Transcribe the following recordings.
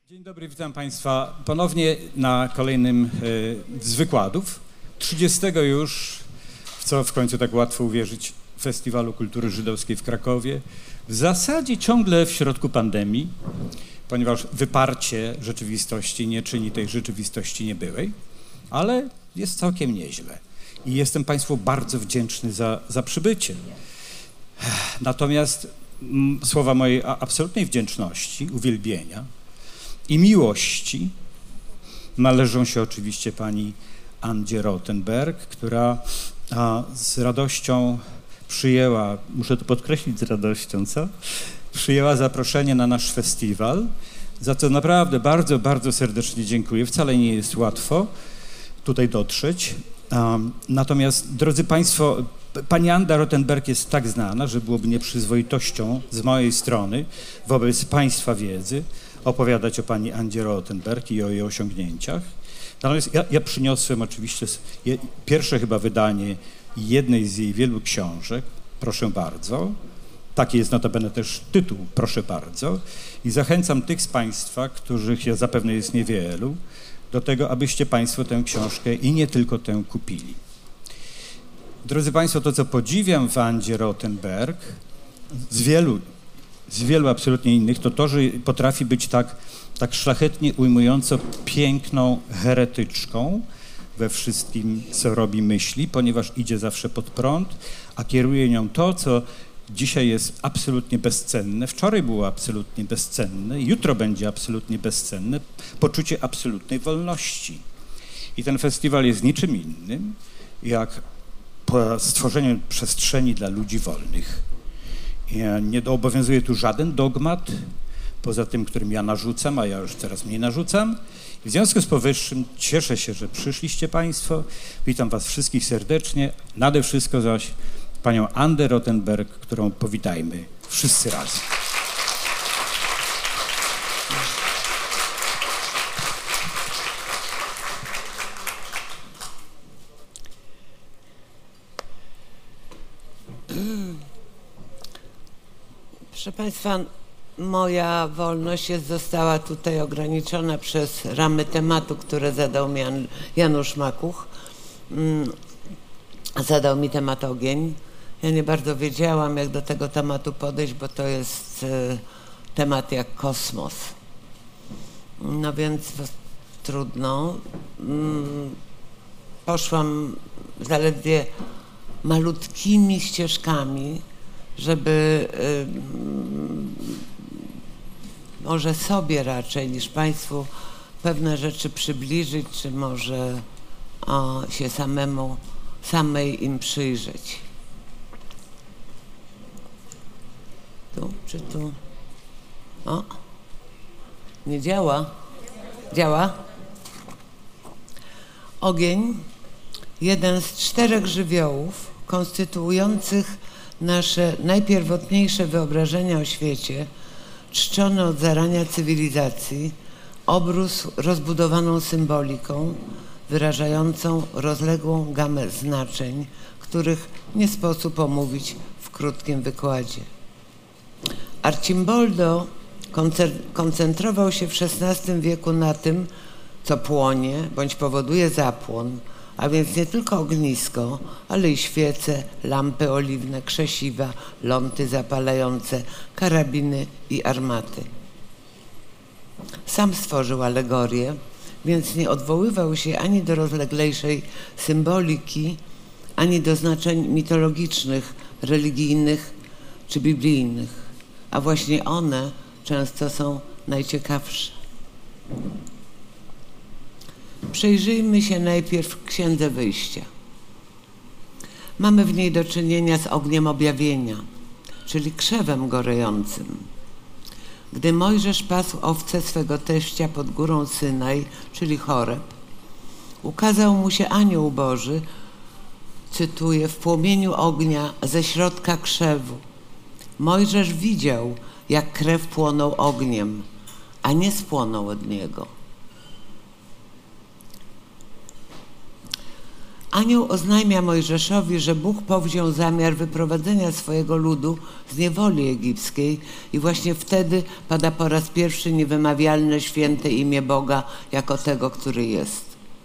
Dzień dobry, witam Państwa ponownie na kolejnym z wykładów. 30 już, w co w końcu tak łatwo uwierzyć, Festiwalu Kultury Żydowskiej w Krakowie. W zasadzie ciągle w środku pandemii, ponieważ wyparcie rzeczywistości nie czyni tej rzeczywistości niebyłej, ale jest całkiem nieźle. I jestem Państwu bardzo wdzięczny za przybycie. Natomiast słowa mojej absolutnej wdzięczności, uwielbienia i miłości należą się oczywiście pani Andzie Rothenberg, która z radością przyjęła, muszę to podkreślić, z radością, przyjęła zaproszenie na nasz festiwal, za co naprawdę bardzo, bardzo serdecznie dziękuję. Wcale nie jest łatwo tutaj dotrzeć. Natomiast, drodzy Państwo, pani Anda Rothenberg jest tak znana, że byłoby nieprzyzwoitością z mojej strony wobec Państwa wiedzy opowiadać o pani Andzie Rothenberg i o jej osiągnięciach. Natomiast ja przyniosłem oczywiście pierwsze chyba wydanie jednej z jej wielu książek, proszę bardzo. Taki jest notabene też tytuł, proszę bardzo. I zachęcam tych z Państwa, których ja zapewne jest niewielu, do tego, abyście Państwo tę książkę i nie tylko tę kupili. Drodzy Państwo, to co podziwiam w Andzie Rothenberg z wielu absolutnie innych, to, że potrafi być tak szlachetnie ujmująco piękną heretyczką we wszystkim, co robi, myśli, ponieważ idzie zawsze pod prąd, a kieruje nią to, co dzisiaj jest absolutnie bezcenne, wczoraj było absolutnie bezcenne, jutro będzie absolutnie bezcenne, poczucie absolutnej wolności. I ten festiwal jest niczym innym, jak stworzenie przestrzeni dla ludzi wolnych. Nie obowiązuje tu żaden dogmat, poza tym, którym ja narzucam, a ja już coraz mniej narzucam. I w związku z powyższym cieszę się, że przyszliście Państwo. Witam Was wszystkich serdecznie. Nade wszystko zaś panią Andę Rothenberg, którą powitajmy wszyscy razem. Proszę Państwa, moja wolność została tutaj ograniczona przez ramy tematu, które zadał mi Janusz Makuch. Zadał mi temat ogień. Ja nie bardzo wiedziałam, jak do tego tematu podejść, bo to jest temat jak kosmos. No więc trudno. Poszłam zaledwie malutkimi ścieżkami, żeby może sobie raczej niż Państwu pewne rzeczy przybliżyć, czy może się samej im przyjrzeć. Tu czy tu? O, nie działa. Działa? Ogień, jeden z 4 żywiołów konstytuujących nasze najpierwotniejsze wyobrażenia o świecie, czczony od zarania cywilizacji, obrósł rozbudowaną symboliką, wyrażającą rozległą gamę znaczeń, których nie sposób omówić w krótkim wykładzie. Arcimboldo koncentrował się w XVI wieku na tym, co płonie bądź powoduje zapłon, a więc nie tylko ognisko, ale i świece, lampy oliwne, krzesiwa, ląty zapalające, karabiny i armaty. Sam stworzył alegorię, więc nie odwoływał się ani do rozleglejszej symboliki, ani do znaczeń mitologicznych, religijnych czy biblijnych, a właśnie one często są najciekawsze. Przyjrzyjmy się najpierw Księdze Wyjścia. Mamy w niej do czynienia z ogniem objawienia, czyli krzewem gorejącym. Gdy Mojżesz pasł owce swego teścia pod górą Synaj, czyli Choreb, ukazał mu się anioł Boży, cytuję, w płomieniu ognia ze środka krzewu. Mojżesz widział, jak krew płonął ogniem, a nie spłonął od niego. Anioł oznajmia Mojżeszowi, że Bóg powziął zamiar wyprowadzenia swojego ludu z niewoli egipskiej i właśnie wtedy pada po raz pierwszy niewymawialne święte imię Boga jako tego, który jest.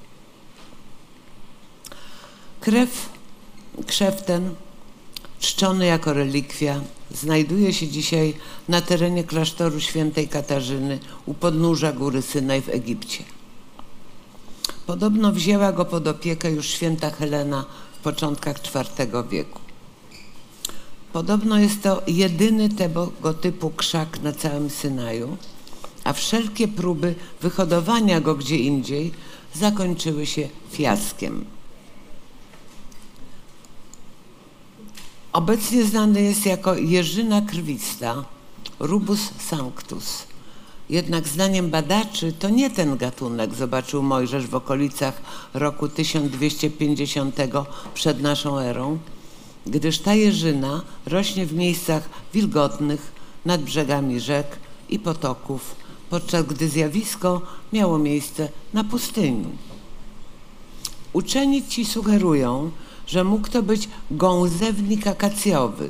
Krzew ten, czczony jako relikwia, znajduje się dzisiaj na terenie klasztoru świętej Katarzyny u podnóża góry Synaj w Egipcie. Podobno wzięła go pod opiekę już święta Helena w początkach IV wieku. Podobno jest to jedyny tego typu krzak na całym Synaju, a wszelkie próby wyhodowania go gdzie indziej zakończyły się fiaskiem. Obecnie znany jest jako jeżyna krwista, Rubus sanctus. Jednak zdaniem badaczy to nie ten gatunek zobaczył Mojżesz w okolicach roku 1250 przed naszą erą, gdyż ta jeżyna rośnie w miejscach wilgotnych, nad brzegami rzek i potoków, podczas gdy zjawisko miało miejsce na pustyni. Uczeni ci sugerują, że mógł to być gązewnik akacjowy,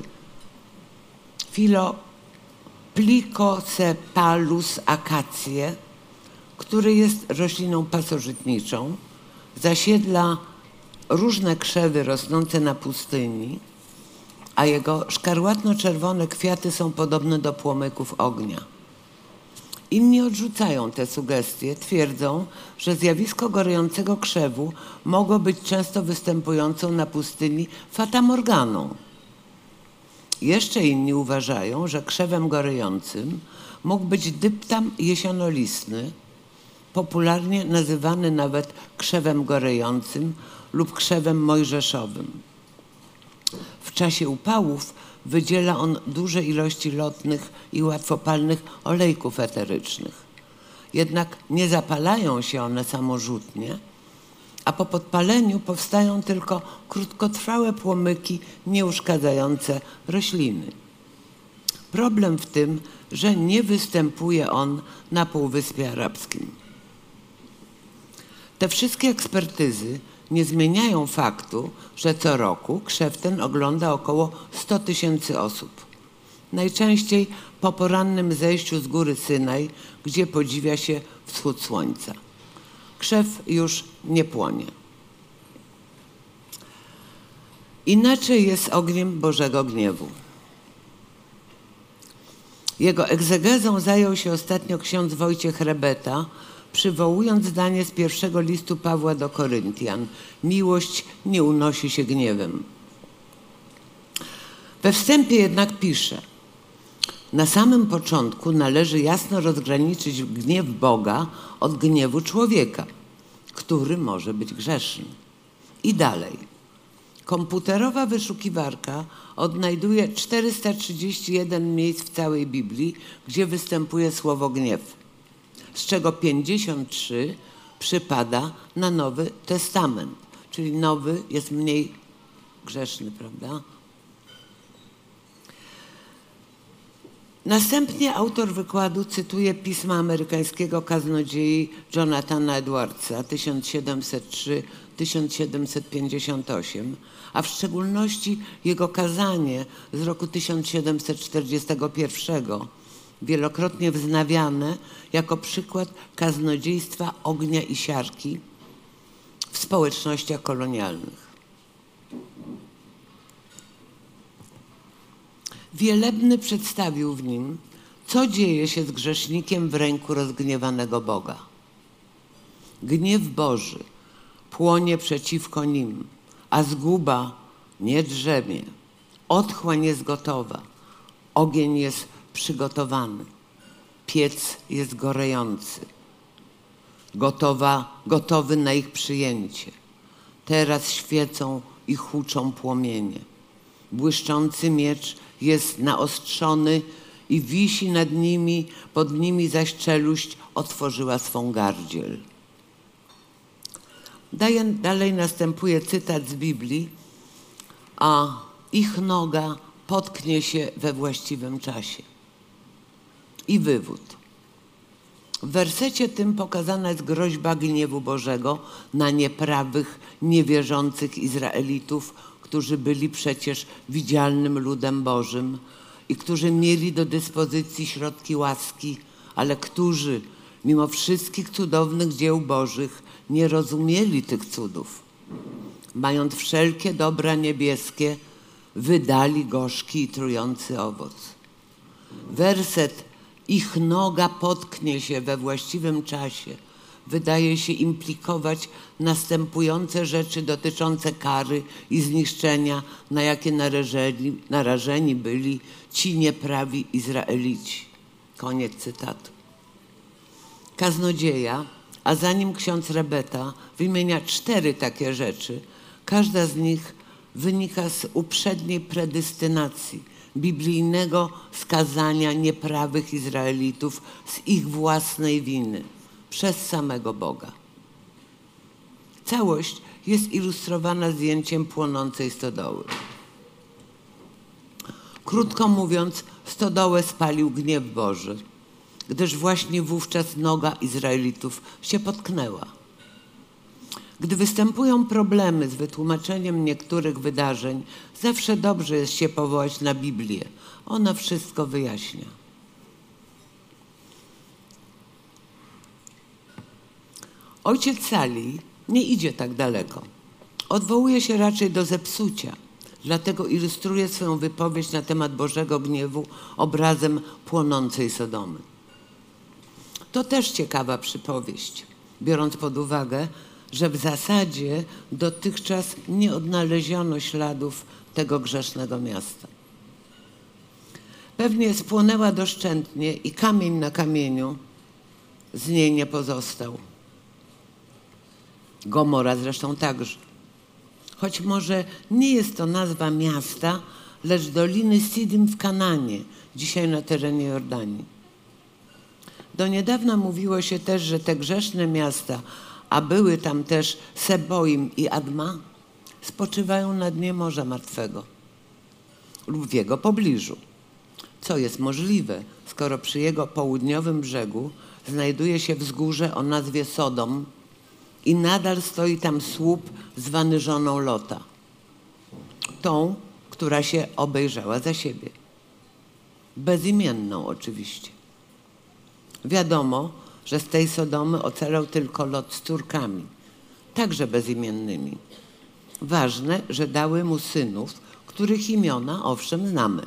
Plicocephalus acacie, który jest rośliną pasożytniczą, zasiedla różne krzewy rosnące na pustyni, a jego szkarłatno-czerwone kwiaty są podobne do płomyków ognia. Inni odrzucają te sugestie, twierdzą, że zjawisko gorejącego krzewu mogło być często występującą na pustyni fatamorganą. Jeszcze inni uważają, że krzewem gorejącym mógł być dyptam jesionolistny, popularnie nazywany nawet krzewem gorejącym lub krzewem mojżeszowym. W czasie upałów wydziela on duże ilości lotnych i łatwopalnych olejków eterycznych. Jednak nie zapalają się one samorzutnie, a po podpaleniu powstają tylko krótkotrwałe płomyki nieuszkadzające rośliny. Problem w tym, że nie występuje on na Półwyspie Arabskim. Te wszystkie ekspertyzy nie zmieniają faktu, że co roku krzew ten ogląda około 100 000 osób. Najczęściej po porannym zejściu z góry Synaj, gdzie podziwia się wschód słońca. Krzew już nie płonie. Inaczej jest ogniem Bożego gniewu. Jego egzegezą zajął się ostatnio ksiądz Wojciech Rebeta, przywołując zdanie z pierwszego listu Pawła do Koryntian: miłość nie unosi się gniewem. We wstępie jednak pisze: na samym początku należy jasno rozgraniczyć gniew Boga od gniewu człowieka, który może być grzeszny. I dalej. Komputerowa wyszukiwarka odnajduje 431 miejsc w całej Biblii, gdzie występuje słowo gniew, z czego 53 przypada na Nowy Testament, czyli Nowy jest mniej grzeszny, prawda? Następnie autor wykładu cytuje pisma amerykańskiego kaznodziei Jonathana Edwardsa 1703-1758, a w szczególności jego kazanie z roku 1741, wielokrotnie wznawiane jako przykład kaznodziejstwa ognia i siarki w społecznościach kolonialnych. Wielebny przedstawił w nim, co dzieje się z grzesznikiem w ręku rozgniewanego Boga. Gniew Boży płonie przeciwko nim, a zguba nie drzemie. Otchłań jest gotowa, ogień jest przygotowany, piec jest gorejący, gotowy na ich przyjęcie. Teraz świecą i huczą płomienie. Błyszczący miecz jest naostrzony i wisi nad nimi, pod nimi zaś czeluść otworzyła swą gardziel. Dalej następuje cytat z Biblii, a ich noga potknie się we właściwym czasie. I wywód. W wersecie tym pokazana jest groźba gniewu Bożego na nieprawych, niewierzących Izraelitów, którzy byli przecież widzialnym ludem Bożym i którzy mieli do dyspozycji środki łaski, ale którzy mimo wszystkich cudownych dzieł Bożych nie rozumieli tych cudów. Mając wszelkie dobra niebieskie, wydali gorzki i trujący owoc. Werset ich noga potknie się we właściwym czasie wydaje się implikować następujące rzeczy dotyczące kary i zniszczenia, na jakie narażeni byli ci nieprawi Izraelici. Koniec cytatu. Kaznodzieja, a za nim ksiądz Rebeta, wymienia 4 takie rzeczy. Każda z nich wynika z uprzedniej predestynacji, biblijnego skazania nieprawych Izraelitów z ich własnej winy przez samego Boga. Całość jest ilustrowana zdjęciem płonącej stodoły. Krótko mówiąc, stodołę spalił gniew Boży, gdyż właśnie wówczas noga Izraelitów się potknęła. Gdy występują problemy z wytłumaczeniem niektórych wydarzeń, zawsze dobrze jest się powołać na Biblię. Ona wszystko wyjaśnia. Ojciec Sali nie idzie tak daleko. Odwołuje się raczej do zepsucia. Dlatego ilustruje swoją wypowiedź na temat Bożego gniewu obrazem płonącej Sodomy. To też ciekawa przypowieść, biorąc pod uwagę, że w zasadzie dotychczas nie odnaleziono śladów tego grzesznego miasta. Pewnie spłonęła doszczętnie i kamień na kamieniu z niej nie pozostał. Gomora zresztą także. Choć może nie jest to nazwa miasta, lecz doliny Sidim w Kananie, dzisiaj na terenie Jordanii. Do niedawna mówiło się też, że te grzeszne miasta, a były tam też Seboim i Adma, spoczywają na dnie Morza Martwego lub w jego pobliżu. Co jest możliwe, skoro przy jego południowym brzegu znajduje się wzgórze o nazwie Sodom i nadal stoi tam słup zwany żoną Lota. Tą, która się obejrzała za siebie. Bezimienną oczywiście. Wiadomo, że z tej Sodomy ocalał tylko Lot z córkami, także bezimiennymi. Ważne, że dały mu synów, których imiona owszem znamy.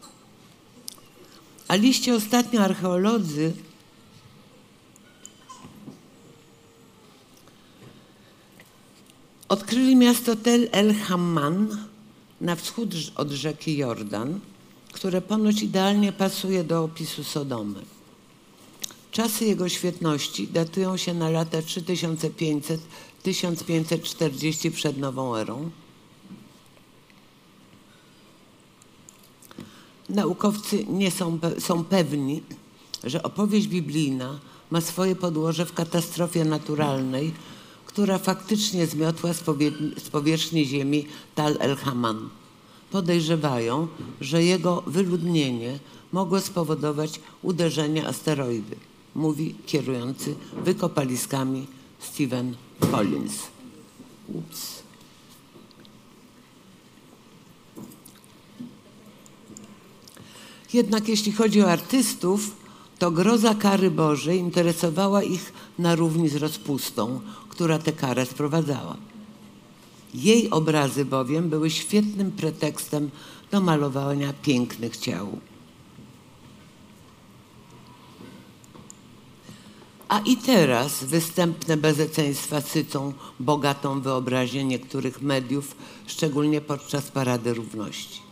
A liście ostatnio archeolodzy odkryli miasto Tel el-Hamman na wschód od rzeki Jordan, które ponoć idealnie pasuje do opisu Sodomy. Czasy jego świetności datują się na lata 3500-1540 przed nową erą. Naukowcy nie są pewni, że opowieść biblijna ma swoje podłoże w katastrofie naturalnej, która faktycznie zmiotła z powierzchni ziemi Tal el-Hamman. Podejrzewają, że jego wyludnienie mogło spowodować uderzenie asteroidy, mówi kierujący wykopaliskami Stephen Collins. Ups. Jednak jeśli chodzi o artystów, to groza kary Bożej interesowała ich na równi z rozpustą, która tę karę sprowadzała. Jej obrazy bowiem były świetnym pretekstem do malowania pięknych ciał. A i teraz występne bezeceństwa sycą bogatą wyobraźnię niektórych mediów, szczególnie podczas Parady Równości.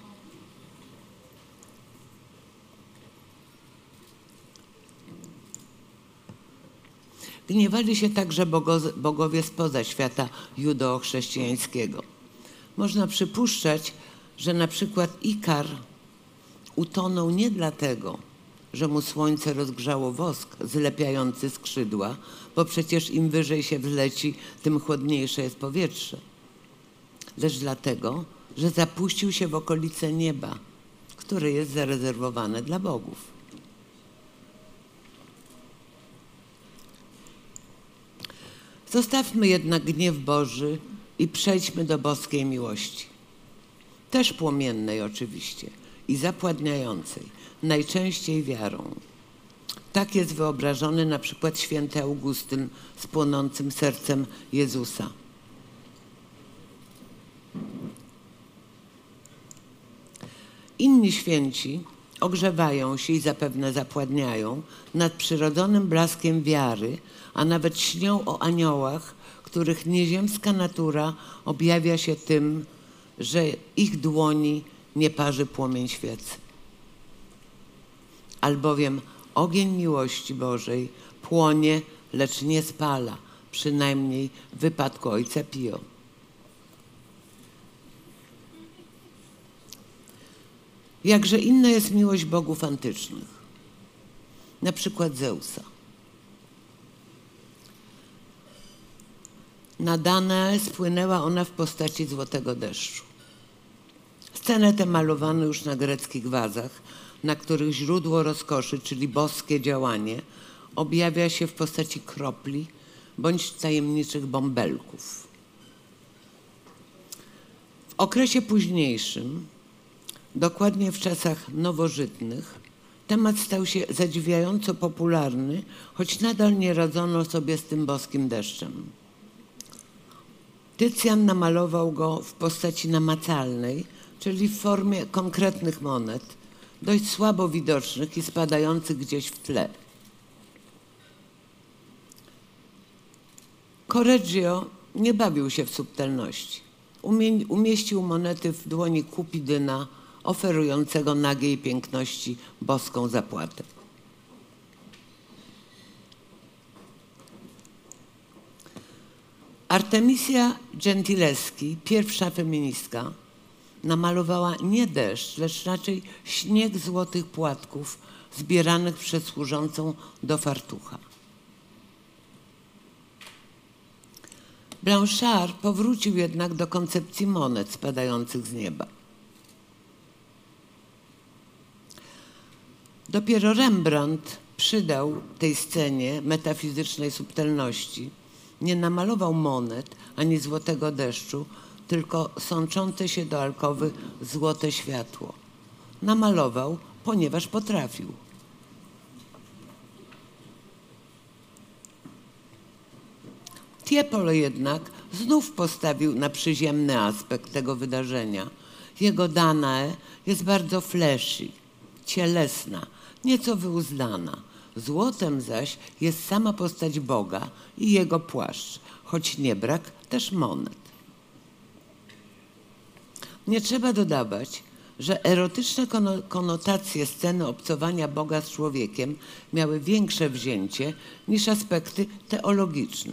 Gniewali się także bogowie spoza świata judeo-chrześcijańskiego. Można przypuszczać, że na przykład Ikar utonął nie dlatego, że mu słońce rozgrzało wosk zlepiający skrzydła, bo przecież im wyżej się wzleci, tym chłodniejsze jest powietrze, lecz dlatego, że zapuścił się w okolice nieba, które jest zarezerwowane dla bogów. Zostawmy jednak gniew Boży i przejdźmy do boskiej miłości. Też płomiennej oczywiście i zapładniającej, najczęściej wiarą. Tak jest wyobrażony na przykład święty Augustyn z płonącym sercem Jezusa. Inni święci ogrzewają się i zapewne zapładniają nadprzyrodzonym blaskiem wiary, a nawet śnią o aniołach, których nieziemska natura objawia się tym, że ich dłoni nie parzy płomień świecy. Albowiem ogień miłości Bożej płonie, lecz nie spala, przynajmniej w wypadku ojca Pio. Jakże inna jest miłość bogów antycznych, na przykład Zeusa. Na Danaę spłynęła ona w postaci złotego deszczu. Scenę tę malowano już na greckich wazach, na których źródło rozkoszy, czyli boskie działanie, objawia się w postaci kropli bądź tajemniczych bąbelków. W okresie późniejszym, dokładnie w czasach nowożytnych, temat stał się zadziwiająco popularny, choć nadal nie radzono sobie z tym boskim deszczem. Tycjan namalował go w postaci namacalnej, czyli w formie konkretnych monet, dość słabo widocznych i spadających gdzieś w tle. Correggio nie bawił się w subtelności. Umieścił monety w dłoni Kupidyna, oferującego nagiej piękności boską zapłatę. Artemisia Gentileschi, pierwsza feministka, namalowała nie deszcz, lecz raczej śnieg złotych płatków zbieranych przez służącą do fartucha. Blanchard powrócił jednak do koncepcji monet spadających z nieba. Dopiero Rembrandt przydał tej scenie metafizycznej subtelności. Nie namalował monet ani złotego deszczu, tylko sączące się do alkowy złote światło. Namalował, ponieważ potrafił. Tiepolo jednak znów postawił na przyziemny aspekt tego wydarzenia. Jego Danae jest bardzo flashy, cielesna, nieco wyuzdana. Złotem zaś jest sama postać Boga i jego płaszcz, choć nie brak też monet. Nie trzeba dodawać, że erotyczne konotacje sceny obcowania Boga z człowiekiem miały większe wzięcie niż aspekty teologiczne.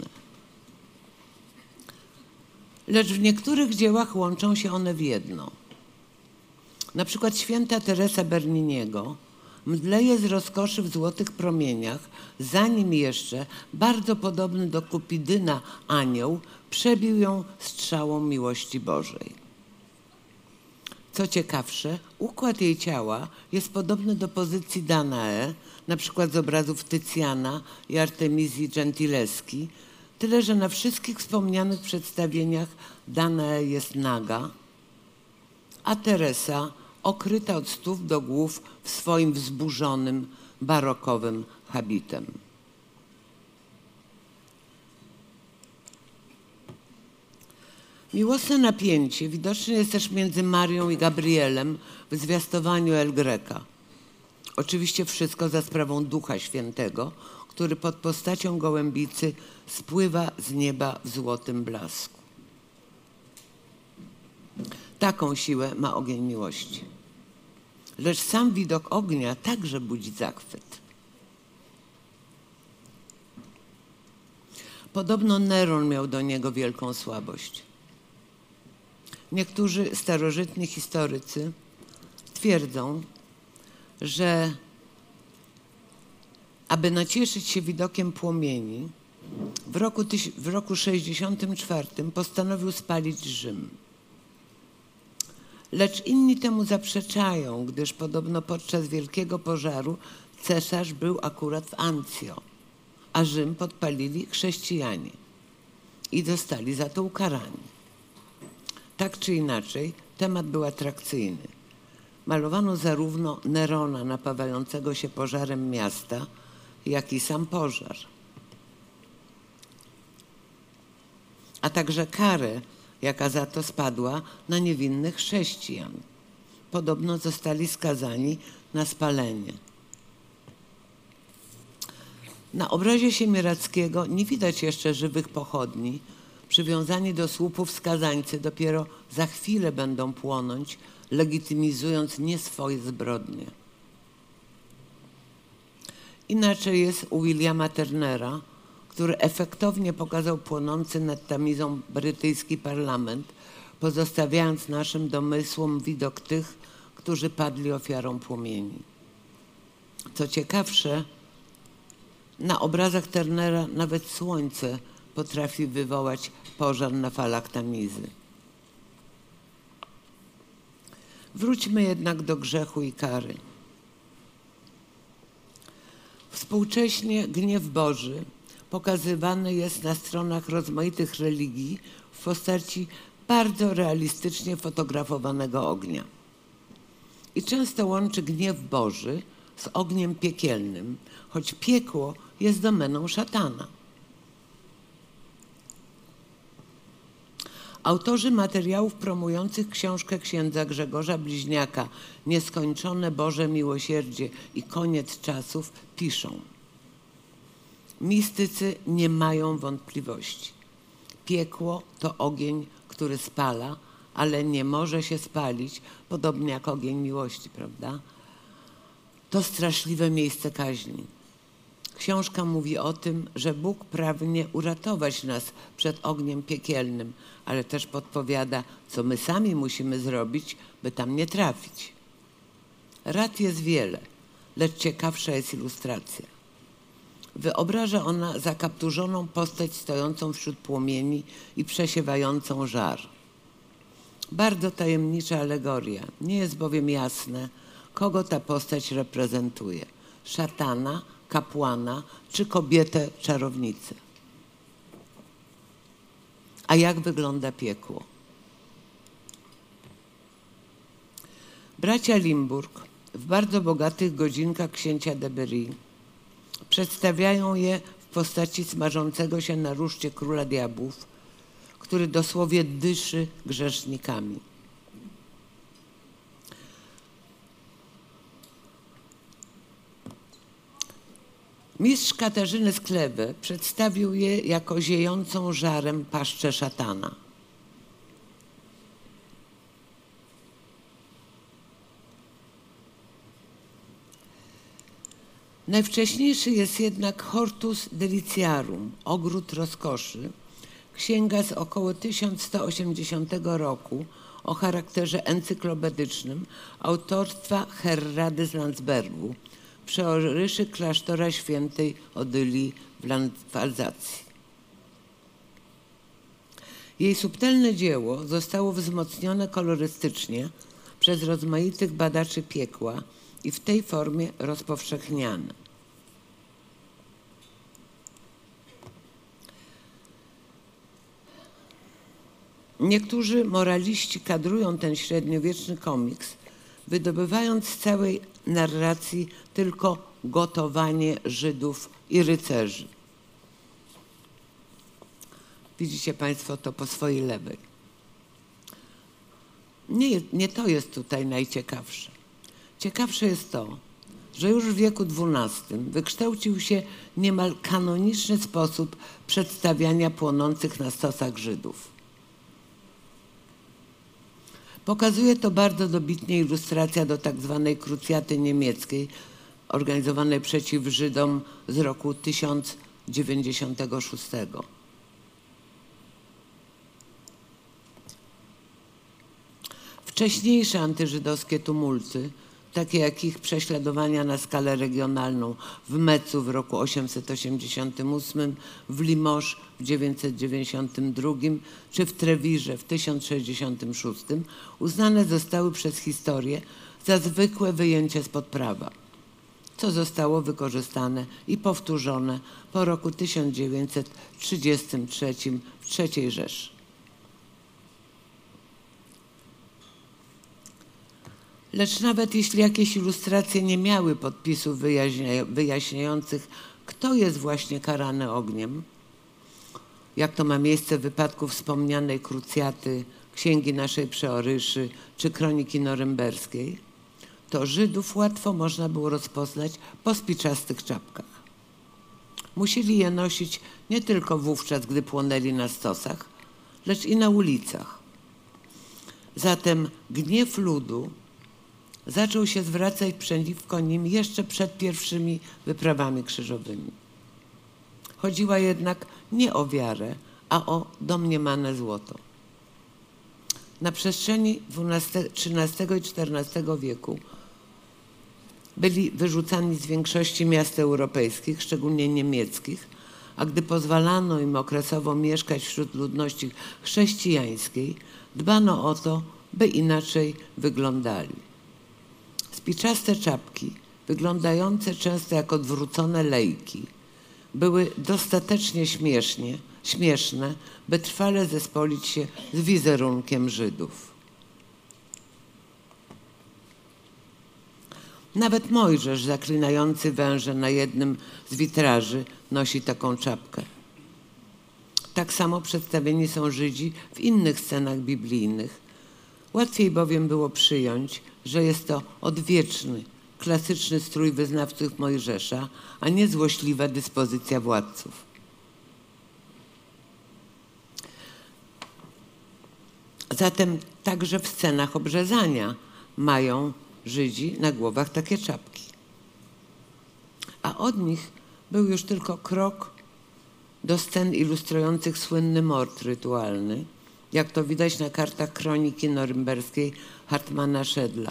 Lecz w niektórych dziełach łączą się one w jedno. Na przykład święta Teresa Berniniego mdleje z rozkoszy w złotych promieniach, zanim jeszcze bardzo podobny do Kupidyna anioł przebił ją strzałą miłości Bożej. Co ciekawsze, układ jej ciała jest podobny do pozycji Danae, na przykład z obrazów Tycjana i Artemizji Gentileschi, tyle że na wszystkich wspomnianych przedstawieniach Danae jest naga, a Teresa okryta od stóp do głów w swoim wzburzonym, barokowym habitem. Miłosne napięcie widoczne jest też między Marią i Gabrielem w zwiastowaniu El Greca. Oczywiście wszystko za sprawą Ducha Świętego, który pod postacią gołębicy spływa z nieba w złotym blasku. Taką siłę ma ogień miłości. Lecz sam widok ognia także budzi zachwyt. Podobno Neron miał do niego wielką słabość. Niektórzy starożytni historycy twierdzą, że aby nacieszyć się widokiem płomieni, w roku 64 postanowił spalić Rzym. Lecz inni temu zaprzeczają, gdyż podobno podczas wielkiego pożaru cesarz był akurat w Anzio, a Rzym podpalili chrześcijanie. i zostali za to ukarani. Tak czy inaczej, temat był atrakcyjny. Malowano zarówno Nerona napawającego się pożarem miasta, jak i sam pożar. A także karę, jaka za to spadła na niewinnych chrześcijan. Podobno zostali skazani na spalenie. Na obrazie Siemiradzkiego nie widać jeszcze żywych pochodni. Przywiązani do słupów skazańcy dopiero za chwilę będą płonąć, legitymizując nie swoje zbrodnie. Inaczej jest u Williama Turnera, który efektownie pokazał płonący nad Tamizą brytyjski parlament, pozostawiając naszym domysłom widok tych, którzy padli ofiarą płomieni. Co ciekawsze, na obrazach Turnera nawet słońce potrafi wywołać pożar na falach Tamizy. Wróćmy jednak do grzechu i kary. Współcześnie gniew Boży pokazywany jest na stronach rozmaitych religii w postaci bardzo realistycznie fotografowanego ognia. I często łączy gniew Boży z ogniem piekielnym, choć piekło jest domeną szatana. Autorzy materiałów promujących książkę księdza Grzegorza Bliźniaka Nieskończone Boże Miłosierdzie i Koniec czasów piszą: mistycy nie mają wątpliwości. Piekło to ogień, który spala, ale nie może się spalić, podobnie jak ogień miłości, prawda? To straszliwe miejsce kaźni. Książka mówi o tym, że Bóg pragnie uratować nas przed ogniem piekielnym, ale też podpowiada, co my sami musimy zrobić, by tam nie trafić. Rad jest wiele, lecz ciekawsza jest ilustracja. Wyobraża ona zakapturzoną postać stojącą wśród płomieni i przesiewającą żar. Bardzo tajemnicza alegoria. Nie jest bowiem jasne, kogo ta postać reprezentuje. Szatana, kapłana czy kobietę czarownicę. A jak wygląda piekło? Bracia Limburg w bardzo bogatych godzinkach księcia de Berry przedstawiają je w postaci smażącego się na ruszcie króla diabłów, który dosłownie dyszy grzesznikami. Mistrz Katarzyny z Kleve przedstawił je jako ziejącą żarem paszczę szatana. Najwcześniejszy jest jednak Hortus Deliciarum, ogród rozkoszy, księga z około 1180 roku o charakterze encyklopedycznym autorstwa Herrady z Landsbergu, przeoryszy klasztora świętej Odylii w Alzacji. Jej subtelne dzieło zostało wzmocnione kolorystycznie przez rozmaitych badaczy piekła i w tej formie rozpowszechniane. Niektórzy moraliści kadrują ten średniowieczny komiks, wydobywając z całej narracji tylko gotowanie Żydów i rycerzy. Widzicie Państwo to po swojej lewej. Nie to jest tutaj najciekawsze. Ciekawsze jest to, że już w wieku XII wykształcił się niemal kanoniczny sposób przedstawiania płonących na stosach Żydów. Pokazuje to bardzo dobitnie ilustracja do tak zwanej krucjaty niemieckiej organizowanej przeciw Żydom z roku 1096. Wcześniejsze antyżydowskie tumulty, takie jak ich prześladowania na skalę regionalną w Mecu w roku 888, w Limoges w 992 czy w Trewirze w 1066, uznane zostały przez historię za zwykłe wyjęcie spod prawa. co zostało wykorzystane i powtórzone po roku 1933 w III Rzeszy. Lecz nawet jeśli jakieś ilustracje nie miały podpisów wyjaśniających, kto jest właśnie karany ogniem, jak to ma miejsce w wypadku wspomnianej krucjaty, Księgi naszej Przeoryszy czy Kroniki Norymberskiej, to Żydów łatwo można było rozpoznać po spiczastych czapkach. Musieli je nosić nie tylko wówczas, gdy płonęli na stosach, lecz i na ulicach. Zatem gniew ludu zaczął się zwracać przeciwko nim jeszcze przed pierwszymi wyprawami krzyżowymi. Chodziła jednak nie o wiarę, a o domniemane złoto. Na przestrzeni XIII i XIV wieku byli wyrzucani z większości miast europejskich, szczególnie niemieckich, a gdy pozwalano im okresowo mieszkać wśród ludności chrześcijańskiej, dbano o to, by inaczej wyglądali. Spiczaste czapki, wyglądające często jak odwrócone lejki, były dostatecznie śmieszne, by trwale zespolić się z wizerunkiem Żydów. Nawet Mojżesz, zaklinający węże na jednym z witraży, nosi taką czapkę. Tak samo przedstawieni są Żydzi w innych scenach biblijnych. Łatwiej bowiem było przyjąć, że jest to odwieczny, klasyczny strój wyznawców Mojżesza, a nie złośliwa dyspozycja władców. Zatem także w scenach obrzezania mają Żydzi na głowach takie czapki. A od nich był już tylko krok do scen ilustrujących słynny mord rytualny, jak to widać na kartach Kroniki Norymberskiej Hartmana Schedla.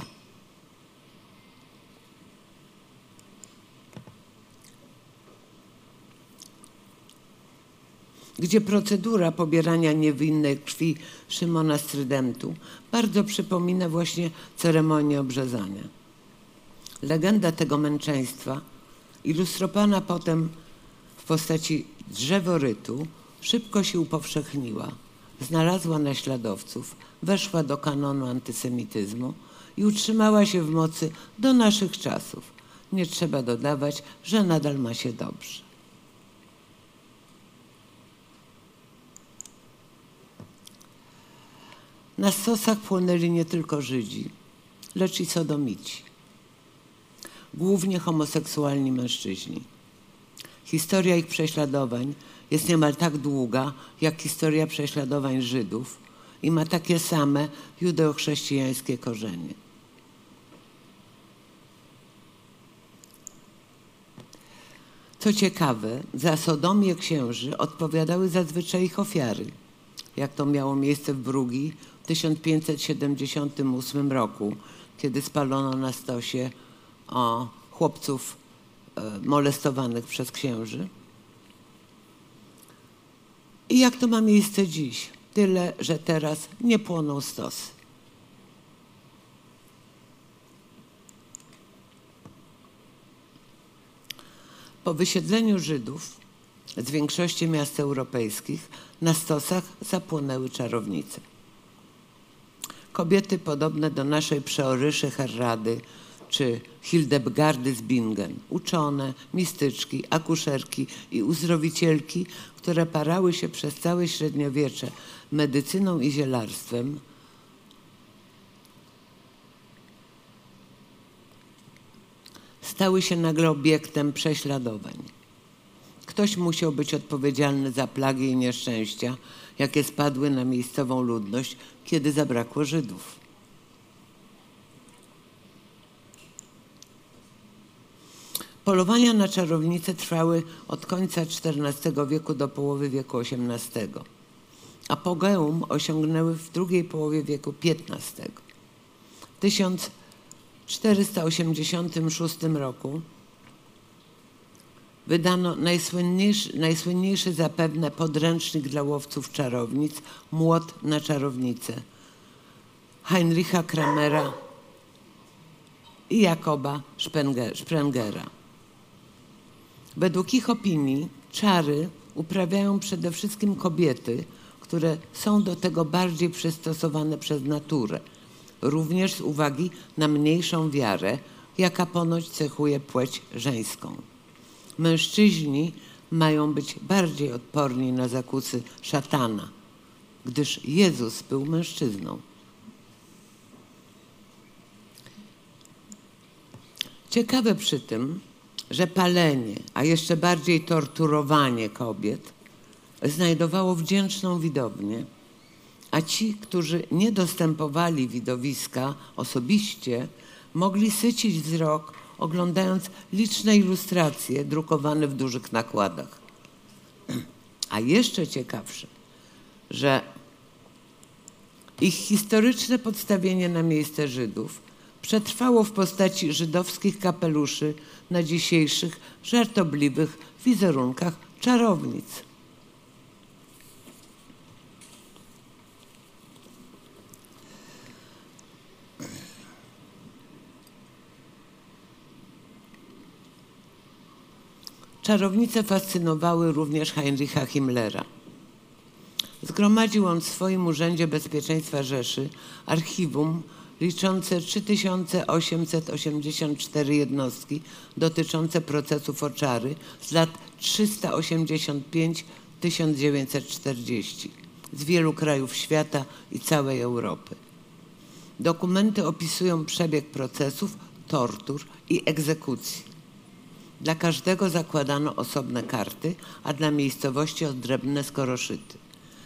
Gdzie procedura pobierania niewinnej krwi Szymona z Trydentu bardzo przypomina właśnie ceremonię obrzezania. Legenda tego męczeństwa, ilustrowana potem w postaci drzeworytu, szybko się upowszechniła, znalazła naśladowców, weszła do kanonu antysemityzmu i utrzymała się w mocy do naszych czasów. Nie trzeba dodawać, że nadal ma się dobrze. Na stosach płonęli nie tylko Żydzi, lecz i sodomici. Głównie homoseksualni mężczyźni. Historia ich prześladowań jest niemal tak długa, jak historia prześladowań Żydów i ma takie same judeochrześcijańskie korzenie. Co ciekawe, za sodomię księży odpowiadały zazwyczaj ich ofiary, jak to miało miejsce w Brugii w 1578 roku, kiedy spalono na stosie chłopców molestowanych przez księży. I jak to ma miejsce dziś? Tyle, że teraz nie płoną stosy. Po wysiedleniu Żydów z większości miast europejskich na stosach zapłonęły czarownice. Kobiety podobne do naszej Przeoryszy Herrady czy Hildegardy z Bingen, uczone, mistyczki, akuszerki i uzdrowicielki, które parały się przez całe średniowiecze medycyną i zielarstwem, stały się nagle obiektem prześladowań. Ktoś musiał być odpowiedzialny za plagi i nieszczęścia, jakie spadły na miejscową ludność, kiedy zabrakło Żydów. Polowania na czarownice trwały od końca XIV wieku do połowy wieku XVIII. Apogeum osiągnęły w drugiej połowie wieku XV. W 1486 roku wydano najsłynniejszy zapewne podręcznik dla łowców czarownic, Młot na czarownicę, Heinricha Kramera i Jakoba Sprengera. Według ich opinii czary uprawiają przede wszystkim kobiety, które są do tego bardziej przystosowane przez naturę, również z uwagi na mniejszą wiarę, jaka ponoć cechuje płeć żeńską. Mężczyźni mają być bardziej odporni na zakusy szatana, gdyż Jezus był mężczyzną. Ciekawe przy tym, że palenie, a jeszcze bardziej torturowanie kobiet znajdowało wdzięczną widownię, a ci, którzy nie dostępowali widowiska osobiście, mogli sycić wzrok, oglądając liczne ilustracje drukowane w dużych nakładach. A jeszcze ciekawsze, że ich historyczne podstawienie na miejsce Żydów przetrwało w postaci żydowskich kapeluszy na dzisiejszych żartobliwych wizerunkach czarownic. Czarownice fascynowały również Heinricha Himmlera. Zgromadził on w swoim Urzędzie Bezpieczeństwa Rzeszy archiwum liczące 3884 jednostki dotyczące procesów o czary z lat 385-1940 z wielu krajów świata i całej Europy. Dokumenty opisują przebieg procesów, tortur i egzekucji. Dla każdego zakładano osobne karty, a dla miejscowości odrębne skoroszyty.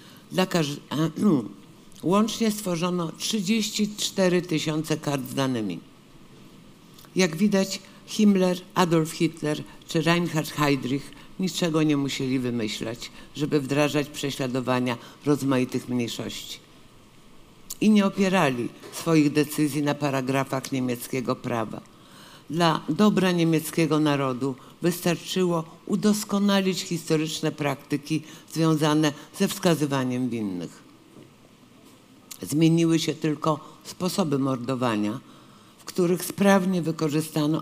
Łącznie stworzono 34 000 kart z danymi. Jak widać, Himmler, Adolf Hitler czy Reinhard Heydrich niczego nie musieli wymyślać, żeby wdrażać prześladowania rozmaitych mniejszości. I nie opierali swoich decyzji na paragrafach niemieckiego prawa. Dla dobra niemieckiego narodu wystarczyło udoskonalić historyczne praktyki związane ze wskazywaniem winnych. Zmieniły się tylko sposoby mordowania, w których sprawnie wykorzystano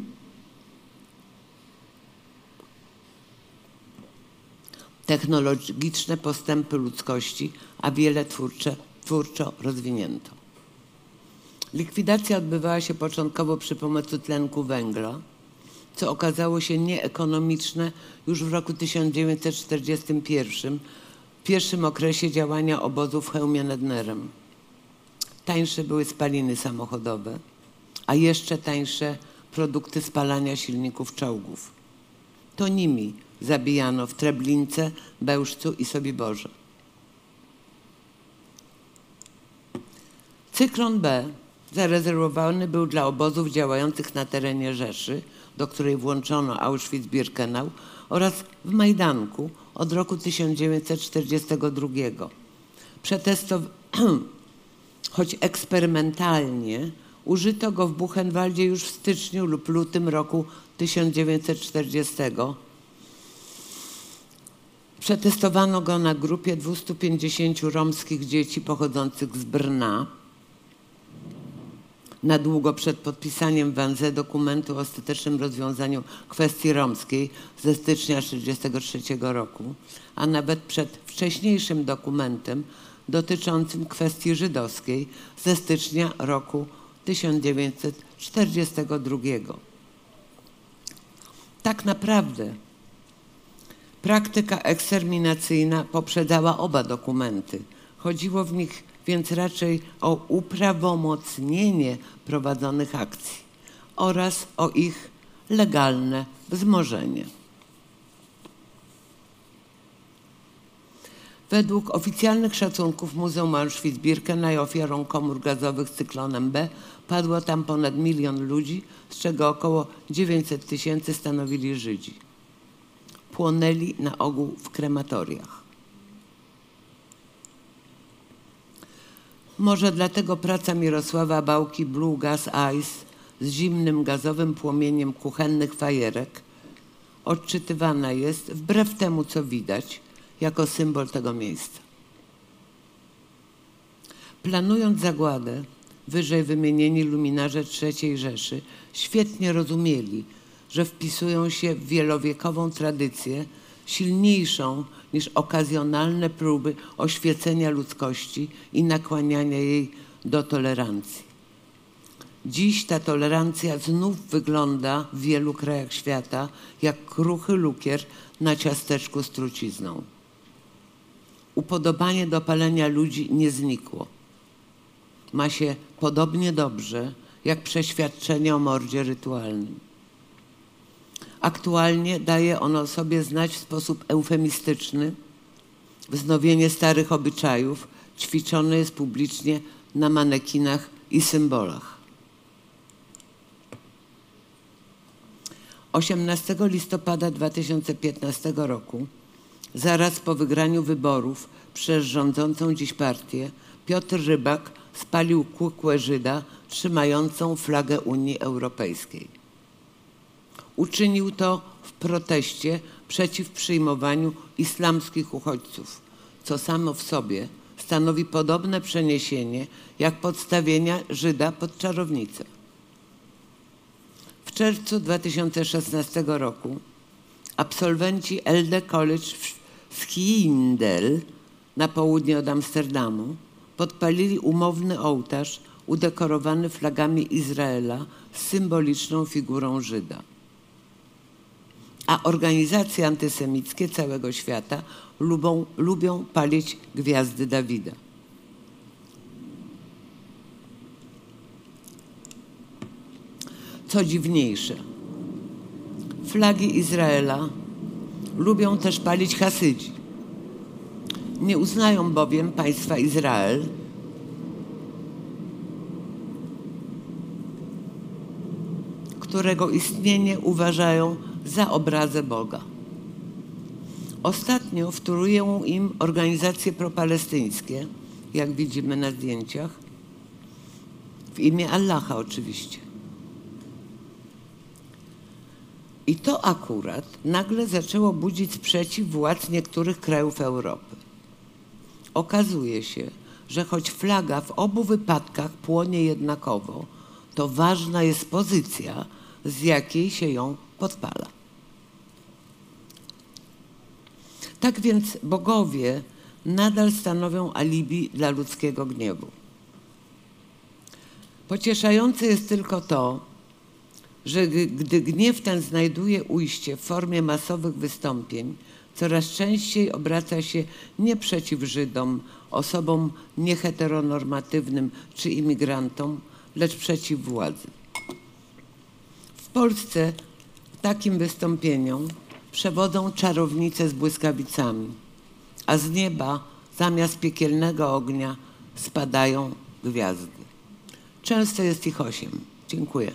technologiczne postępy ludzkości, a wiele twórczo rozwinięto. Likwidacja odbywała się początkowo przy pomocy tlenku węgla, co okazało się nieekonomiczne już w roku 1941, w pierwszym okresie działania obozu w Chełmie nad Nerem. Tańsze były spaliny samochodowe, a jeszcze tańsze produkty spalania silników czołgów. To nimi zabijano w Treblince, Bełżcu i Sobiborze. Cyklon B zarezerwowany był dla obozów działających na terenie Rzeszy, do której włączono Auschwitz-Birkenau, oraz w Majdanku od roku 1942. Choć eksperymentalnie użyto go w Buchenwaldzie już w styczniu lub lutym roku 1940. Przetestowano go na grupie 250 romskich dzieci pochodzących z Brna. Na długo przed podpisaniem w Wannsee dokumentu o ostatecznym rozwiązaniu kwestii romskiej ze stycznia 1943 roku, a nawet przed wcześniejszym dokumentem dotyczącym kwestii żydowskiej ze stycznia roku 1942. Tak naprawdę praktyka eksterminacyjna poprzedzała oba dokumenty. Chodziło w nich więc raczej o uprawomocnienie prowadzonych akcji oraz o ich legalne wzmożenie. Według oficjalnych szacunków Muzeum Auschwitz-Birkenau ofiarą komór gazowych cyklonem B padło tam ponad 1 000 000 ludzi, z czego około 900 000 stanowili Żydzi. Płonęli na ogół w krematoriach. Może dlatego praca Mirosława Bałki Blue Gas Ice z zimnym gazowym płomieniem kuchennych fajerek odczytywana jest, wbrew temu co widać, jako symbol tego miejsca. Planując zagładę, wyżej wymienieni luminarze III Rzeszy świetnie rozumieli, że wpisują się w wielowiekową tradycję, silniejszą niż okazjonalne próby oświecenia ludzkości i nakłaniania jej do tolerancji. Dziś ta tolerancja znów wygląda w wielu krajach świata jak kruchy lukier na ciasteczku z trucizną. Upodobanie do palenia ludzi nie znikło. Ma się podobnie dobrze jak przeświadczenie o mordzie rytualnym. Aktualnie daje ono sobie znać w sposób eufemistyczny. Wznowienie starych obyczajów ćwiczone jest publicznie na manekinach i symbolach. 18 listopada 2015 roku, zaraz po wygraniu wyborów przez rządzącą dziś partię, Piotr Rybak spalił kukłę Żyda trzymającą flagę Unii Europejskiej. Uczynił to w proteście przeciw przyjmowaniu islamskich uchodźców, co samo w sobie stanowi podobne przeniesienie jak podstawienia Żyda pod czarownicę. W czerwcu 2016 roku absolwenci Elde College w Schiindel na południe od Amsterdamu podpalili umowny ołtarz udekorowany flagami Izraela z symboliczną figurą Żyda. A organizacje antysemickie całego świata lubią palić gwiazdy Dawida. Co dziwniejsze, flagi Izraela lubią też palić Hasydzi. Nie uznają bowiem państwa Izrael którego istnienie uważają za obrazę Boga. Ostatnio wtórują im organizacje propalestyńskie, jak widzimy na zdjęciach, w imię Allaha oczywiście. I to akurat nagle zaczęło budzić sprzeciw władz niektórych krajów Europy. Okazuje się, że choć flaga w obu wypadkach płonie jednakowo, to ważna jest pozycja, z jakiej się ją podpala. Tak więc bogowie nadal stanowią alibi dla ludzkiego gniewu. Pocieszające jest tylko to, że gdy gniew ten znajduje ujście w formie masowych wystąpień, coraz częściej obraca się nie przeciw Żydom, osobom nieheteronormatywnym czy imigrantom, lecz przeciw władzy. W Polsce takim wystąpieniom przewodzą czarownice z błyskawicami, a z nieba zamiast piekielnego ognia spadają gwiazdy. Często jest ich 8. Dziękuję.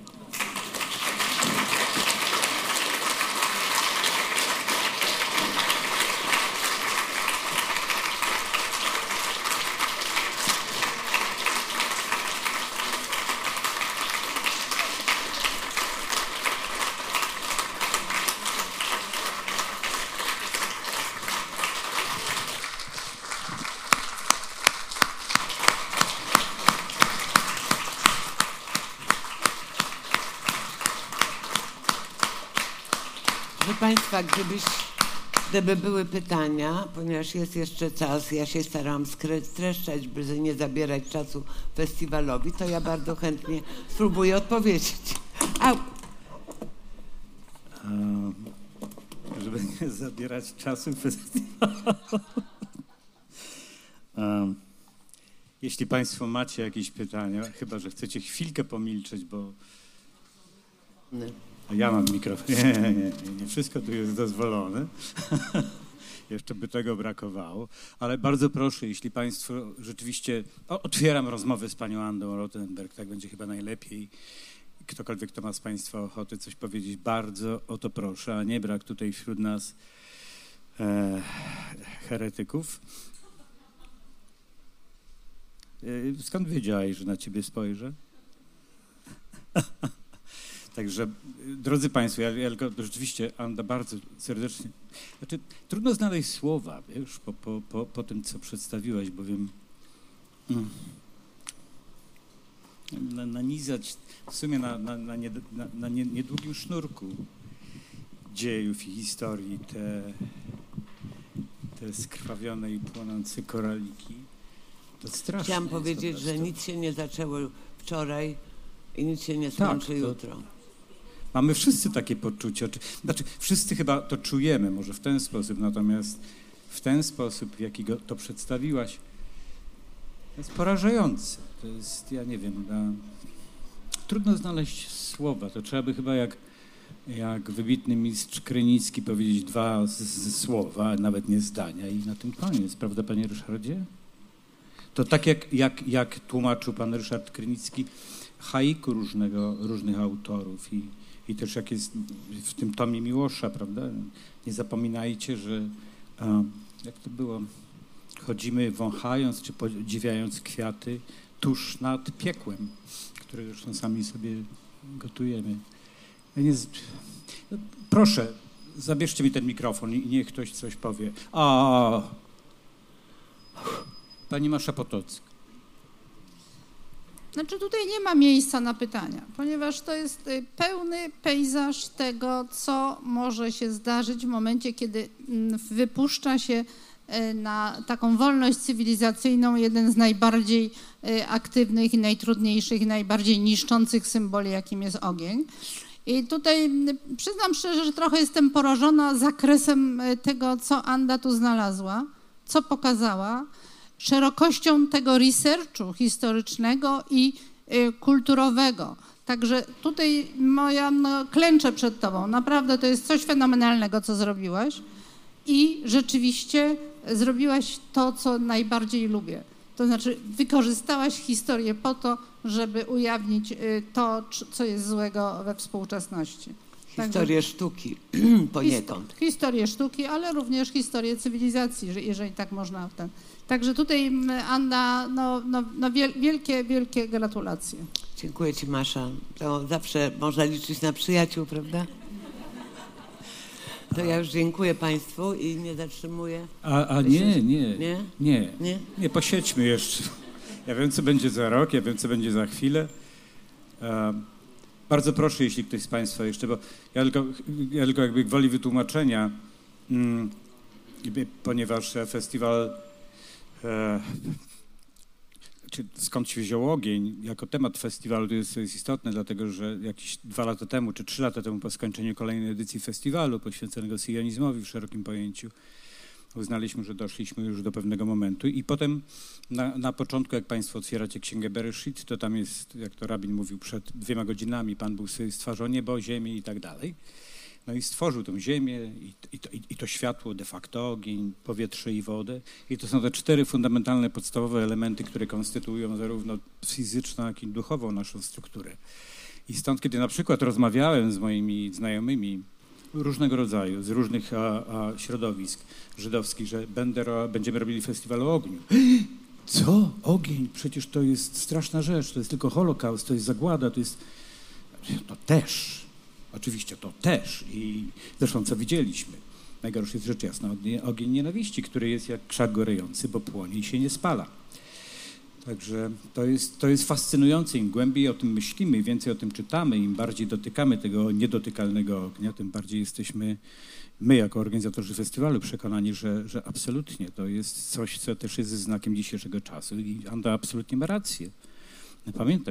Proszę Państwa, gdyby były pytania, ponieważ jest jeszcze czas, ja się starałam streszczać, by nie zabierać czasu festiwalowi, to ja bardzo chętnie spróbuję odpowiedzieć. Żeby nie zabierać czasu festiwalowi. Jeśli Państwo macie jakieś pytania, chyba że chcecie chwilkę pomilczeć, bo... Ja mam mikrofon. Nie wszystko tu jest dozwolone. Jeszcze by tego brakowało. Ale bardzo proszę, jeśli Państwo rzeczywiście... otwieram rozmowę z panią Anną Rothenberg, tak będzie chyba najlepiej. Ktokolwiek, kto ma z Państwa ochotę coś powiedzieć, bardzo o to proszę, a nie brak tutaj wśród nas heretyków. Skąd wiedziałeś, że na ciebie spojrzę? Także, drodzy Państwo, ja rzeczywiście, Anda, bardzo serdecznie... Znaczy, trudno znaleźć słowa, wiesz, po tym, co przedstawiłaś, bowiem... nanizać w sumie na niedługim sznurku dziejów i historii te skrwawione i płonące koraliki. To straszne. Chciałam powiedzieć, że nic się nie zaczęło wczoraj i nic się nie skończy jutro. Mamy wszyscy takie poczucie. Znaczy, wszyscy chyba to czujemy, może w ten sposób, natomiast w ten sposób, w jaki to przedstawiłaś, to jest porażające. To jest, ja nie wiem, trudno znaleźć słowa. To trzeba by chyba jak wybitny mistrz Krynicki powiedzieć dwa słowa, nawet nie zdania i na tym koniec. Prawda, panie Ryszardzie? To tak jak tłumaczył pan Ryszard Krynicki haiku różnych autorów i też jak jest w tym tomie Miłosza, prawda? Nie zapominajcie, że jak to było? Chodzimy wąchając czy podziwiając kwiaty tuż nad piekłem, które zresztą sami sobie gotujemy. Proszę, zabierzcie mi ten mikrofon i niech ktoś coś powie. Pani Masza Potocka. Znaczy tutaj nie ma miejsca na pytania, ponieważ to jest pełny pejzaż tego, co może się zdarzyć w momencie, kiedy wypuszcza się na taką wolność cywilizacyjną jeden z najbardziej aktywnych i najtrudniejszych i najbardziej niszczących symboli, jakim jest ogień. I tutaj przyznam szczerze, że trochę jestem porażona zakresem tego, co Anda tu znalazła, co pokazała, szerokością tego researchu historycznego i kulturowego. Także tutaj klęczę przed tobą. Naprawdę to jest coś fenomenalnego, co zrobiłaś i rzeczywiście zrobiłaś to, co najbardziej lubię. To znaczy wykorzystałaś historię po to, żeby ujawnić to, co jest złego we współczesności. Historię sztuki poniekąd. Historię sztuki, ale również historię cywilizacji, jeżeli tak można. Także tutaj Anda, wielkie gratulacje. Dziękuję ci, Masza. To zawsze można liczyć na przyjaciół, prawda? To ja już dziękuję państwu i nie zatrzymuję. Nie, posiedźmy jeszcze. Ja wiem, co będzie za rok, ja wiem, co będzie za chwilę. Bardzo proszę, jeśli ktoś z państwa jeszcze, bo ja tylko jakby gwoli wytłumaczenia, ponieważ festiwal, skąd się wziął ogień, jako temat festiwalu to jest istotne, dlatego że jakieś 2 lata temu, czy 3 lata temu po skończeniu kolejnej edycji festiwalu poświęconego syjonizmowi w szerokim pojęciu, uznaliśmy, że doszliśmy już do pewnego momentu i potem na początku, jak państwo otwieracie Księgę Bereshit, to tam jest, jak to rabin mówił, przed 2 godzinami Pan Bóg sobie stworzył niebo, ziemię i tak dalej. No i stworzył tę ziemię i to światło, de facto ogień, powietrze i wodę. I to są te 4 fundamentalne, podstawowe elementy, które konstytuują zarówno fizyczną, jak i duchową naszą strukturę. I stąd, kiedy na przykład rozmawiałem z moimi znajomymi różnego rodzaju, z różnych środowisk żydowskich, że będziemy robili festiwal o ogniu. Co? Ogień? Przecież to jest straszna rzecz, to jest tylko Holokaust, to jest zagłada, to jest... To też, oczywiście to też i zresztą co widzieliśmy. Najgorszy jest rzecz jasna, ogień nienawiści, który jest jak krzak gorejący, bo płonie i się nie spala. Także to jest fascynujące. Im głębiej o tym myślimy, im więcej o tym czytamy, im bardziej dotykamy tego niedotykalnego ognia, tym bardziej jesteśmy my, jako organizatorzy festiwalu, przekonani, że absolutnie to jest coś, co też jest znakiem dzisiejszego czasu. I Anda absolutnie ma rację. Pamiętam,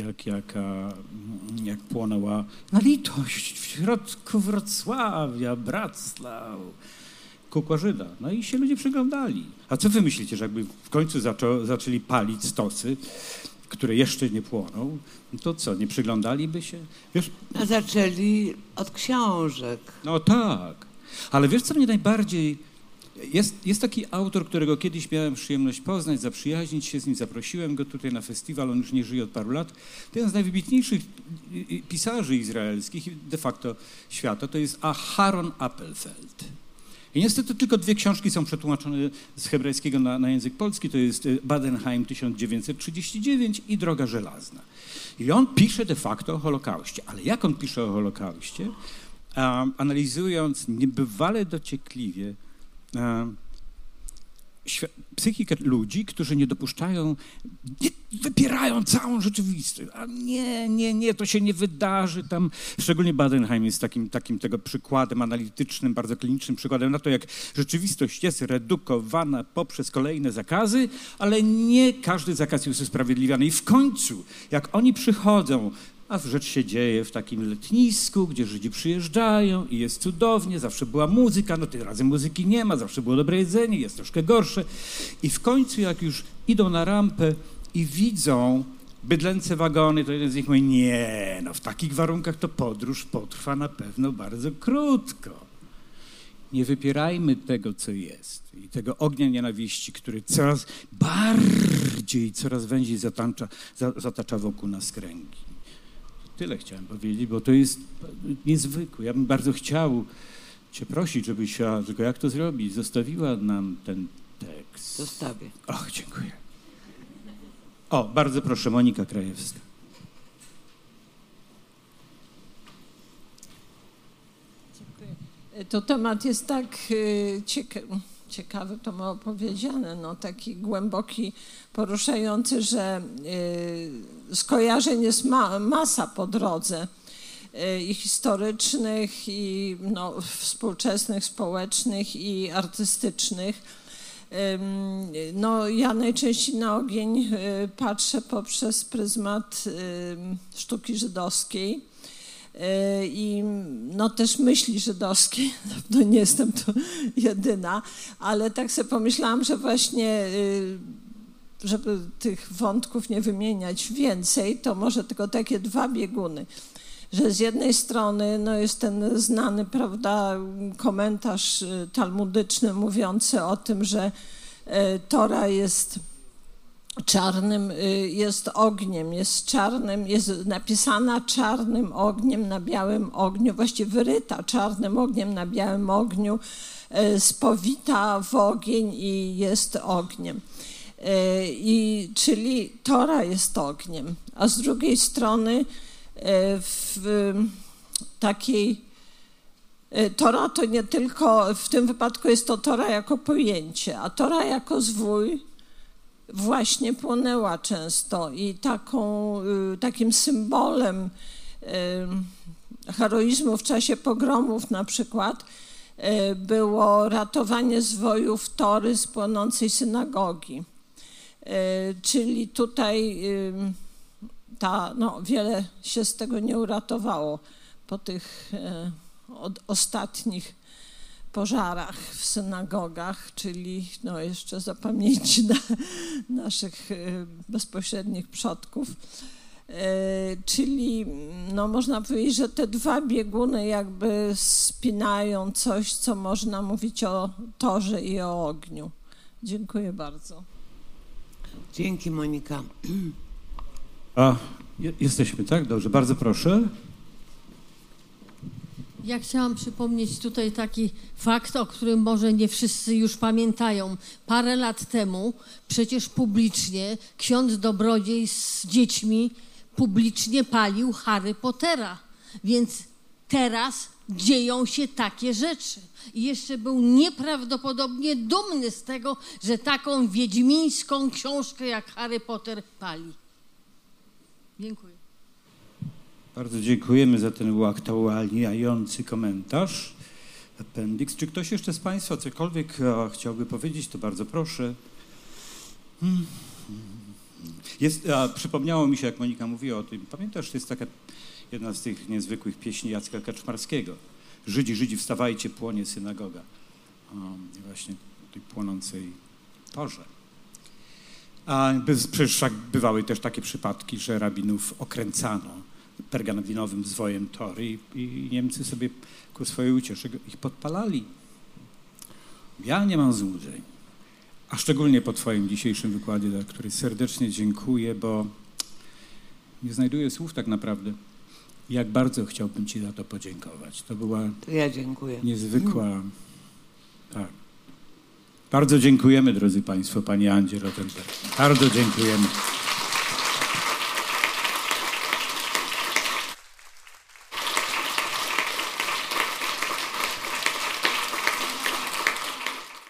jak płonęła na litość w środku Wrocławia, Bratslaw, kukła Żyda. No i się ludzie przyglądali. A co wy myślicie, że jakby w końcu zaczęli palić stosy, które jeszcze nie płoną, no to co, nie przyglądaliby się? Wiesz, a zaczęli od książek. No tak, ale wiesz, co mnie najbardziej... Jest taki autor, którego kiedyś miałem przyjemność poznać, zaprzyjaźnić się z nim, zaprosiłem go tutaj na festiwal, on już nie żyje od paru lat. To jeden z najwybitniejszych pisarzy izraelskich i de facto świata, to jest Aharon Appelfeld. I niestety tylko 2 książki są przetłumaczone z hebrajskiego na język polski, to jest Badenheim 1939 i Droga Żelazna. I on pisze de facto o Holokauście, ale jak on pisze o Holokauście? Analizując niebywale dociekliwie psychikę ludzi, którzy nie dopuszczają, wypierają całą rzeczywistość. A nie, to się nie wydarzy. Tam szczególnie Badenheim jest takim tego przykładem analitycznym, bardzo klinicznym przykładem na to, jak rzeczywistość jest redukowana poprzez kolejne zakazy, ale nie każdy zakaz jest usprawiedliwiany. I w końcu, jak oni przychodzą, a rzecz się dzieje w takim letnisku, gdzie Żydzi przyjeżdżają i jest cudownie, zawsze była muzyka, no tym razem muzyki nie ma, zawsze było dobre jedzenie, jest troszkę gorsze. I w końcu jak już idą na rampę i widzą bydlęce wagony, to jeden z nich mówi, nie, no w takich warunkach to podróż potrwa na pewno bardzo krótko. Nie wypierajmy tego, co jest i tego ognia nienawiści, który coraz bardziej, coraz węziej zatacza wokół nas kręgi. Tyle chciałem powiedzieć, bo to jest niezwykłe. Ja bym bardzo chciał cię prosić, żebyś, tylko jak to zrobić, zostawiła nam ten tekst. Zostawię. Och, dziękuję. O, bardzo proszę, Monika Krajewska. Dziękuję. To temat jest tak ciekawy, to mało powiedziane, no, taki głęboki, poruszający, że skojarzeń jest masa po drodze i historycznych, i no, współczesnych, społecznych i artystycznych. No, ja najczęściej na ogień patrzę poprzez pryzmat sztuki żydowskiej i no, też myśli żydowskiej. No, nie jestem tu jedyna, ale tak sobie pomyślałam, że właśnie żeby tych wątków nie wymieniać więcej, to może tylko takie dwa bieguny. Że z jednej strony no, jest ten znany, prawda, komentarz talmudyczny mówiący o tym, że Tora jest czarnym, jest ogniem, jest czarnym, jest napisana czarnym ogniem na białym ogniu, właściwie wyryta czarnym ogniem na białym ogniu, spowita w ogień i jest ogniem. Czyli Tora jest ogniem, a z drugiej strony w takiej Tora to nie tylko, w tym wypadku jest to Tora jako pojęcie, a Tora jako zwój właśnie płonęła często i takim symbolem heroizmu w czasie pogromów na przykład było ratowanie zwojów Tory z płonącej synagogi. Czyli tutaj no, wiele się z tego nie uratowało po tych ostatnich pożarach w synagogach, czyli no, jeszcze za pamięci naszych bezpośrednich przodków. Czyli no, można powiedzieć, że te dwa bieguny jakby spinają coś, co można mówić o Torze i o ogniu. Dziękuję bardzo. Dzięki, Monika. Jesteśmy, tak? Dobrze, bardzo proszę. Ja chciałam przypomnieć tutaj taki fakt, o którym może nie wszyscy już pamiętają. Parę lat temu przecież publicznie ksiądz Dobrodziej z dziećmi publicznie palił Harry Pottera. Więc teraz dzieją się takie rzeczy. I jeszcze był nieprawdopodobnie dumny z tego, że taką wiedźmińską książkę jak Harry Potter pali. Dziękuję. Bardzo dziękujemy za ten uaktualniający komentarz. Appendix. Czy ktoś jeszcze z Państwa cokolwiek chciałby powiedzieć, to bardzo proszę. Przypomniało mi się, jak Monika mówiła o tym. Pamiętasz, to jest taka jedna z tych niezwykłych pieśni Jacka Kaczmarskiego. Żydzi, wstawajcie, płonie synagoga. I właśnie tej płonącej Torze. Przecież bywały też takie przypadki, że rabinów okręcano pergaminowym zwojem Tory i Niemcy sobie ku swojej uciesze ich podpalali. Ja nie mam złudzeń, a szczególnie po Twoim dzisiejszym wykładzie, za który serdecznie dziękuję, bo nie znajduję słów tak naprawdę. Jak bardzo chciałbym Ci za to podziękować. To była ja dziękuję. Niezwykła... Tak. Bardzo dziękujemy, drodzy Państwo, Pani Andzie Rottenberg. Bardzo dziękujemy.